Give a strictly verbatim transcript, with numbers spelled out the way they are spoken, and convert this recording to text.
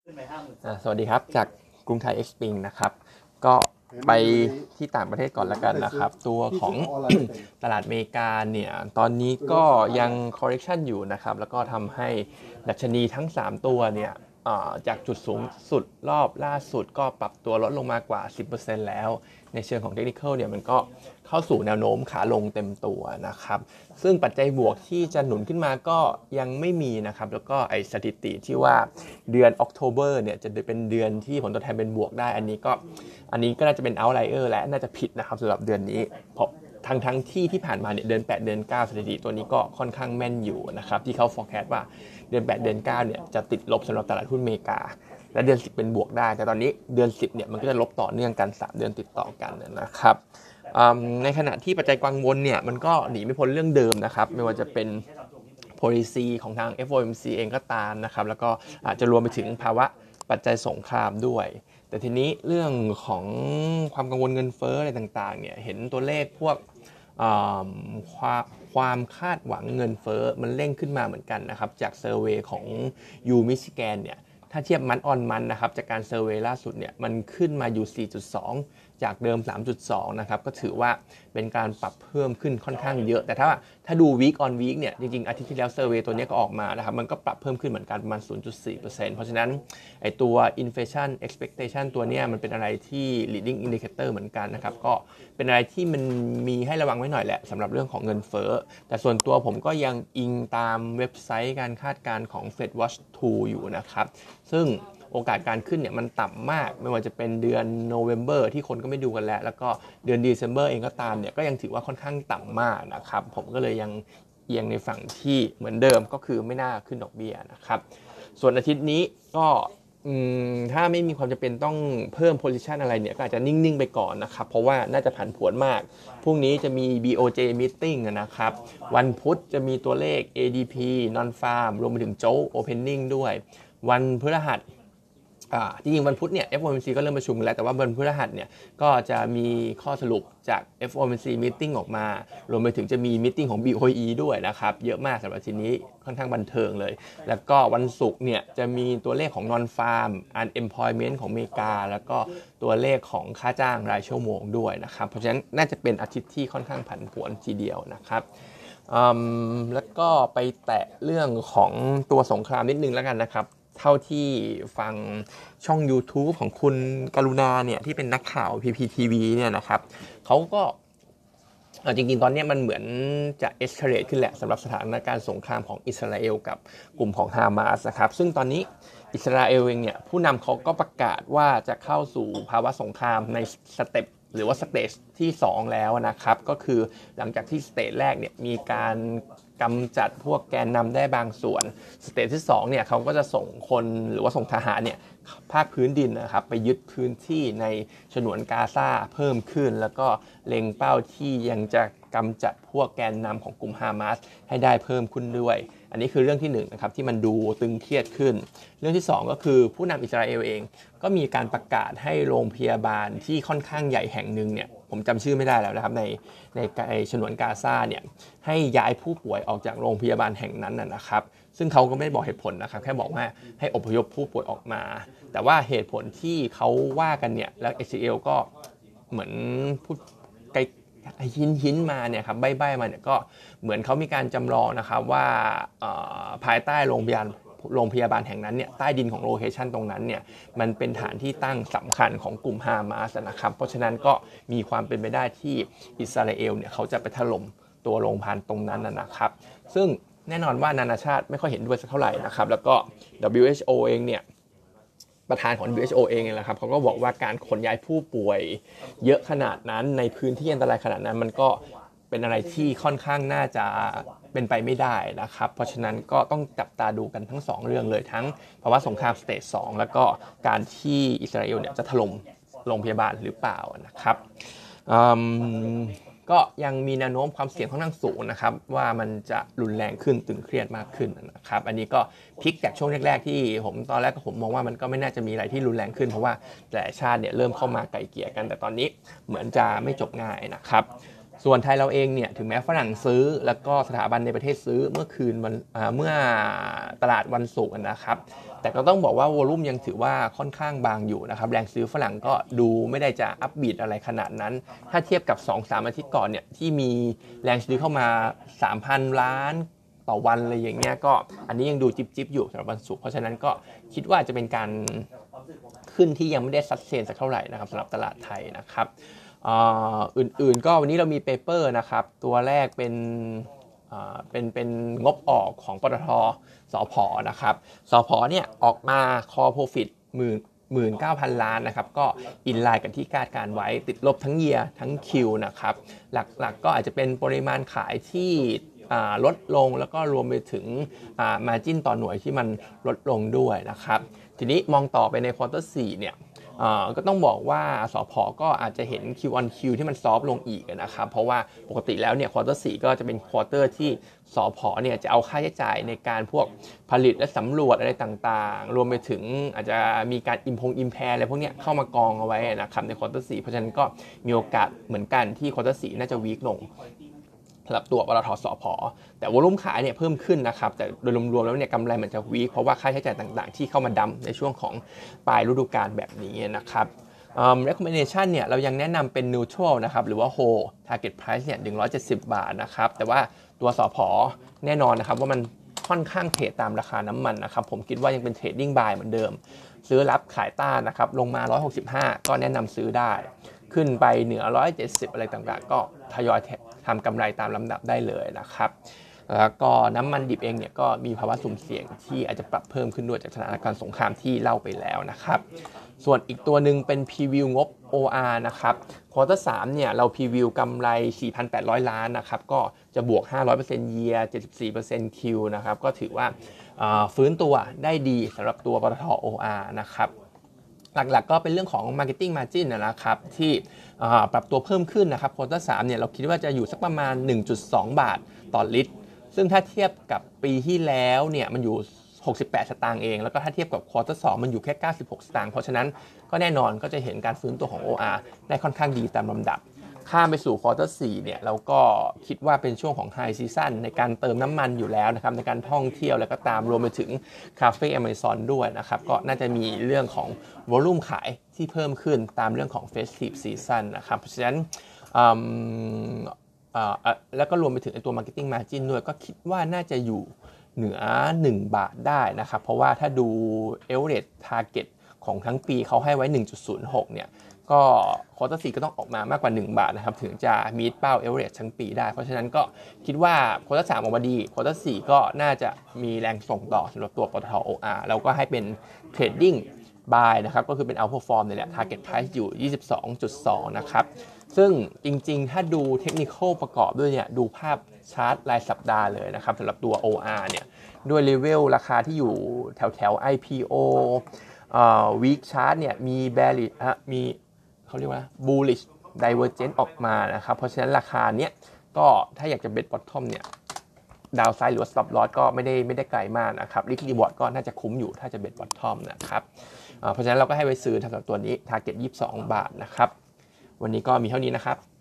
สวัสดีครับจากกรุงไทยเอ็กซ์ปิงนะครับก็ไปที่ต่างประเทศก่อนละกันนะครับตัวของตลาดอเมริกาเนี่ยตอนนี้ก็ยัง correction อยู่นะครับแล้วก็ทำให้ดัชนีทั้งสามตัวเนี่ยจากจุดสูงสุดรอบล่าสุดก็ปรับตัวลดลงมากว่า สิบเปอร์เซ็นต์ แล้วในเชิงของเทคนิคอลเนี่ยมันก็เข้าสู่แนวโน้มขาลงเต็มตัวนะครับซึ่งปัจจัยบวกที่จะหนุนขึ้นมาก็ยังไม่มีนะครับแล้วก็ไอ้สถิติที่ว่าเดือนออกโทเบอร์เนี่ยจะเป็นเดือนที่ผลตอบแทนเป็นบวกได้อันนี้ก็อันนี้ก็น่าจะเป็นเอาท์ไลเออร์และน่าจะผิดนะครับสำหรับเดือนนี้เพราะทั้งทั้งที่ที่ผ่านมาเนี่ยเดือนแปดเดือนเก้าสถิติตัวนี้ก็ค่อนข้างแม่นอยู่นะครับที่เขา forecast ว่าเดือนแปดเดือนเก้าเนี่ยจะติดลบสำหรับตลาดหุ้นอเมริกาและเดือนสิบเป็นบวกได้แต่ตอนนี้เดือนสิบเนี่ยมันก็จะลบต่อเนื่องกันสามเดือนติดต่อกันนะครับในขณะที่ปัจจัยกังวลเนี่ยมันก็หนีไม่พ้นเรื่องเดิมนะครับไม่ว่าจะเป็น policy ของทาง เอฟ โอ เอ็ม ซี เองก็ตามนะครับแล้วก็อาจจะรวมไปถึงภาวะปัจจัยสงครามด้วยแต่ทีนี้เรื่องของความกังวลเงินเฟ้ออะไรต่างๆเนี่ยเห็นตัวเลขพวกความความคาดหวังเงินเฟ้อมันเร่งขึ้นมาเหมือนกันนะครับจากเซอร์เวย์ของ ยู Michigan เนี่ยถ้าเทียบมันออนมันนะครับจากการเซอร์เวย์ล่าสุดเนี่ยมันขึ้นมาอยู่ สี่จุดสอง จากเดิม สามจุดสอง นะครับก็ถือว่าเป็นการปรับเพิ่มขึ้นค่อนข้างเยอะแต่ถ้าถ้าดู week on week เนี่ยจริงๆอาทิตย์ที่แล้วเซอร์เวย์ตัวนี้ก็ออกมานะครับมันก็ปรับเพิ่มขึ้นเหมือนกันประมาณ ศูนย์จุดสี่เปอร์เซ็นต์ เพราะฉะนั้นไอตัว inflation expectation ตัวนี้มันเป็นอะไรที่ leading indicator เหมือนกันนะครับก็เป็นอะไรที่มันมีให้ระวังไว้หน่อยแหละสำหรับเรื่องของเงินเฟ้อแต่ส่วนตัวผมก็ยังอิงตามเว็บไซต์การคาดการณ์ของ Fed Watch ทูอยู่นะครับซึ่งโอกาสการขึ้นเนี่ยมันต่ำมากไม่ว่าจะเป็นเดือน November ที่คนก็ไม่ดูกันแล้วแล้วก็เดือน December เองก็ตามเนี่ยก็ยังถือว่าค่อนข้างต่ำมากนะครับผมก็เลยยังเอียงในฝั่งที่เหมือนเดิมก็คือไม่น่าขึ้นดอกเบี้ยนะครับส่วนอาทิตย์นี้ก็ถ้าไม่มีความจำเป็นต้องเพิ่ม position อะไรเนี่ยก็อาจจะนิ่งๆไปก่อนนะครับเพราะว่าน่าจะผันผวนมากพรุ่งนี้จะมี บี โอ เจ meeting นะครับวันพุธจะมีตัวเลข เอ ดี พี non-farm รวมไปถึงโจ๊ก opening ด้วยวันพฤหัสจริงๆวันพุธเนี่ย เอฟ โอ เอ็ม ซี ก็เริ่มประชุมแล้วแต่ว่าวันพฤหัสเนี่ยก็จะมีข้อสรุปจาก เอฟ โอ เอ็ม ซี meeting ออกมารวมไปถึงจะมี meeting ของ บี โอ อี ด้วยนะครับเยอะมากสำหรับทีนี้ค่อนข้างบันเทิงเลยแล้วก็วันศุกร์เนี่ยจะมีตัวเลขของ non farm unemployment ของอเมริกาแล้วก็ตัวเลขของค่าจ้างรายชั่วโมงด้วยนะครับเพราะฉะนั้นน่าจะเป็นอาทิตย์ที่ค่อนข้างผันผวนทีเดียวนะครับแล้วก็ไปแตะเรื่องของตัวสงครามนิดนึงแล้วกันนะครับเท่าที่ฟังช่อง YouTube ของคุณกรุณาเนี่ยที่เป็นนักข่าว พี พี ที วี เนี่ยนะครับเขาก็จริงๆตอนนี้มันเหมือนจะ escalate ขึ้นแหละสำหรับสถานการณ์สงครามของอิสราเอลกับกลุ่มของฮามาสนะครับซึ่งตอนนี้อิสราเอลเองเนี่ยผู้นำเขาก็ประกาศว่าจะเข้าสู่ภาวะสงครามในสเต็ปหรือว่าสเตจที่สองแล้วนะครับก็คือหลังจากที่สเตจแรกเนี่ยมีการกำจัดพวกแกนนำได้บางส่วนสเตจที่สองเนี่ยเขาก็จะส่งคนหรือว่าส่งทหารเนี่ยภาคพื้นดินนะครับไปยึดพื้นที่ในฉนวนกาซาเพิ่มขึ้นแล้วก็เล็งเป้าที่ยังจะกำจัดพวกแกนนำของกลุ่มฮามาสให้ได้เพิ่มขึ้นด้วยอันนี้คือเรื่องที่หนึ่งนะครับที่มันดูตึงเครียดขึ้นเรื่องที่สองก็คือผู้นำอิสราเอลเองก็มีการประกาศให้โรงพยาบาลที่ค่อนข้างใหญ่แห่งหนึ่งเนี่ยผมจำชื่อไม่ได้แล้วนะครับในในฉนวนกาซาเนี่ยให้ย้ายผู้ป่วยออกจากโรงพยาบาลแห่งนั้นนะครับซึ่งเขาก็ไม่ได้บอกเหตุผลนะครับแค่บอกว่าให้อพยพผู้ป่วยออกมาแต่ว่าเหตุผลที่เขาว่ากันเนี่ยแล้วอิสราเอลก็เหมือนพูดไกลหินหินมาเนี่ยครับใบ้ๆมาเนี่ยก็เหมือนเขามีการจำลองนะครับว่าภายใต้โรงพยาบาลโรงพยาบาลแห่งนั้นเนี่ยใต้ดินของโลเคชันตรงนั้นเนี่ยมันเป็นฐานที่ตั้งสำคัญของกลุ่มฮามาสนะครับเพราะฉะนั้นก็มีความเป็นไปได้ที่อิสราเอลเนี่ยเขาจะไปถล่มตัวโรงพยาบาลตรงนั้นนะครับซึ่งแน่นอนว่านานาชาติไม่ค่อยเห็นด้วยสักเท่าไหร่นะครับแล้วก็ ดับเบิลยู เอช โอ เองเนี่ยประธานของ ดับเบิลยู เอช โอ เองเนี่ยแหละครับเขาก็บอกว่าการขนย้ายผู้ป่วยเยอะขนาดนั้นในพื้นที่อันตรายขนาดนั้นมันก็เป็นอะไรที่ค่อนข้างน่าจะเป็นไปไม่ได้นะครับเพราะฉะนั้นก็ต้องจับตาดูกันทั้งสองเรื่องเลยทั้งภาวะสงครามสเตจสองแล้วก็การที่อิสราเอลเนี่ยจะถล่มโรงพยาบาลหรือเปล่านะครับก็ยังมีแนวโน้มความเสี่ยงค่อนข้างสูงนะครับว่ามันจะรุนแรงขึ้นตึงเครียดมากขึ้นนะครับอันนี้ก็พลิกจากช่วงแรกๆที่ผมตอนแรกก็ผมมองว่ามันก็ไม่น่าจะมีอะไรที่รุนแรงขึ้นเพราะว่าแต่ชาติเนี่ยเริ่มเข้ามาไกลเกลี่ยกันแต่ตอนนี้เหมือนจะไม่จบง่ายนะครับส่วนไทยเราเองเนี่ยถึงแม้ฝรั่งซื้อแล้วก็สถาบันในประเทศซื้อเมื่อคืนวันเมื่อตลาดวันศุกร์นะครับแต่ก็ต้องบอกว่าวอลุ่มยังถือว่าค่อนข้างบางอยู่นะครับแรงซื้อฝรั่งก็ดูไม่ได้จะอัพบีทอะไรขนาดนั้นถ้าเทียบกับ สองถึงสาม อาทิตย์ก่อนเนี่ยที่มีแรงซื้อเข้ามา สามพัน ล้านต่อวันอะไรอย่างเงี้ยก็อันนี้ยังดูจิบๆอยู่สำหรับวันศุกร์เพราะฉะนั้นก็คิดว่าจะเป็นการขึ้นที่ยังไม่ได้ซัดเซนสักเท่าไหร่นะครับสำหรับตลาดไทยนะครับอื่นๆก็วันนี้เรามีเปเปอร์นะครับตัวแรกเป็นเป็นเป็นงบออกของปตท.สผ.นะครับสผ.เนี่ยออกมาคอโปรฟิตหมื่นหมื่นเก้าพันล้านนะครับก็อินไลน์กับที่คาดการไว้ติดลบทั้งเยียร์ทั้งคิวนะครับหลักๆ ก, ก็อาจจะเป็นปริมาณขายที่ลดลงแล้วก็รวมไปถึงมาร์จิ้นต่อหน่วยที่มันลดลงด้วยนะครับทีนี้มองต่อไปในควอเตอร์สี่เนี่ยก็ต้องบอกว่าสผ.ก็อาจจะเห็น Q on Q ที่มันซอฟลงอีกนะครับเพราะว่าปกติแล้วเนี่ยควอเตอร์สี่ก็จะเป็นควอเตอร์ที่สผ.เนี่ยจะเอาค่าใช้จ่ายในการพวกผลิตและสำรวจอะไรต่างๆรวมไปถึงอาจจะมีการอิมพงอิมแพร์อะไรพวกนี้เข้ามากองเอาไว้นะครับในควอเตอร์สี่เพราะฉะนั้นก็มีโอกาสเหมือนกันที่ควอเตอร์สี่น่าจะวีคลงสำหรับตัวปตท.สผ.แต่วอลุ่มขายเนี่ยเพิ่มขึ้นนะครับแต่โดยรวมๆแล้วเนี่ยกำไรมันจะวีคเพราะว่าค่าใช้จ่ายต่างๆที่เข้ามาดัมในช่วงของปลายฤดูกาลแบบนี้นะครับ um, recommendation เนี่ยเรายังแนะนำเป็น neutral นะครับหรือว่า hold target price เนี่ยหนึ่งร้อยเจ็ดสิบบาทนะครับแต่ว่าตัวสผ.แน่นอนนะครับว่ามันค่อนข้างเทรดตามราคาน้ำมันนะครับผมคิดว่ายังเป็น trading buy เหมือนเดิมซื้อรับขายต้านนะครับลงมาหนึ่งร้อยหกสิบห้าก็แนะนำซื้อได้ขึ้นไปเหนือหนึ่งร้อยเจ็ดสิบอะไรต่างๆก็ทยอยทำกำไรตามลำดับได้เลยนะครับแล้วก็น้ำมันดิบเองเนี่ยก็มีภาวะสุ่มเสี่ยงที่อาจจะปรับเพิ่มขึ้นด้วยจากสถานการณ์สงครามที่เล่าไปแล้วนะครับส่วนอีกตัวหนึ่งเป็นพรีวิวงบ โอ อาร์ นะครับควอเตอร์สามเนี่ยเราพรีวิวกำไร สี่พันแปดร้อย ล้านนะครับก็จะบวก ห้าร้อยเปอร์เซ็นต์ year เจ็ดสิบสี่เปอร์เซ็นต์ Q นะครับก็ถือว่าฟื้นตัวได้ดีสำหรับตัวปตท. โอ อาร์ นะครับหลักๆก็เป็นเรื่องของ marketing margin นะครับที่ปรับตัวเพิ่มขึ้นนะครับควอเตอร์สามเนี่ยเราคิดว่าจะอยู่สักประมาณ หนึ่งจุดสอง บาทต่อลิตรซึ่งถ้าเทียบกับปีที่แล้วเนี่ยมันอยู่หกสิบแปดสตางค์เองแล้วก็ถ้าเทียบกับควอเตอร์สองมันอยู่แค่เก้าสิบหกสตางค์เพราะฉะนั้นก็แน่นอนก็จะเห็นการฟื้นตัวของ โอ อาร์ ได้ค่อนข้างดีตามลำดับข้ามไปสู่ควอเตอร์สี่เนี่ยเราก็คิดว่าเป็นช่วงของไฮซีซั่นในการเติมน้ำมันอยู่แล้วนะครับในการท่องเที่ยวแล้วก็ตามรวมไปถึงคาเฟ่ Amazon ด้วยนะครับก็น่าจะมีเรื่องของวอลุ่มขายที่เพิ่มขึ้นตามเรื่องของ Festive Season นะครับเพราะฉะนั้นแล้วก็รวมไปถึงตัว Marketing Margin ด้วยก็คิดว่าน่าจะอยู่เหนือหนึ่งบาทได้นะครับเพราะว่าถ้าดู Average Target ของทั้งปีเขาให้ไว้ หนึ่งจุดศูนย์หก เนี่ยก็ควอเตอร์สี่ก็ต้องออกมามากกว่าหนึ่งบาทนะครับถึงจะมีเป้า Average ทั้งปีได้เพราะฉะนั้นก็คิดว่าควอเตอร์สามออกมาดีควอเตอร์สี่ก็น่าจะมีแรงส่งต่อสำหรับตัวปตท. โอ อาร์ แล้วก็ให้เป็น Trading buy นะครับก็คือเป็น outperform นี่แหละ target price อยู่ ยี่สิบสองจุดสอง นะครับซึ่งจริงๆถ้าดูเทคนิคประกอบด้วยเนี่ยดูภาพชาร์ตรายสัปดาห์เลยนะครับสำหรับตัว โอ อาร์ เนี่ยด้วยเลเวลราคาที่อยู่แถวๆ ไอ พี โอ เอ่อ week chart เนี่ยมี bearish ฮะมีเขาเรียกว่า bullish divergence ออกมานะครับเพราะฉะนั้นราคาเนี้ยก็ถ้าอยากจะ bet bottom เนี่ยดาวไซด์หรือว่า stop loss ก็ไม่ได้ไม่ได้ไกลมากนะครับ risk reward ก็น่าจะคุ้มอยู่ถ้าจะ bet bottom นะครับเพราะฉะนั้นเราก็ให้ไว้ซื้อสำหรับตัวนี้ target ยี่สิบสองบาทนะครับวันนี้ก็มีเท่านี้นะครับ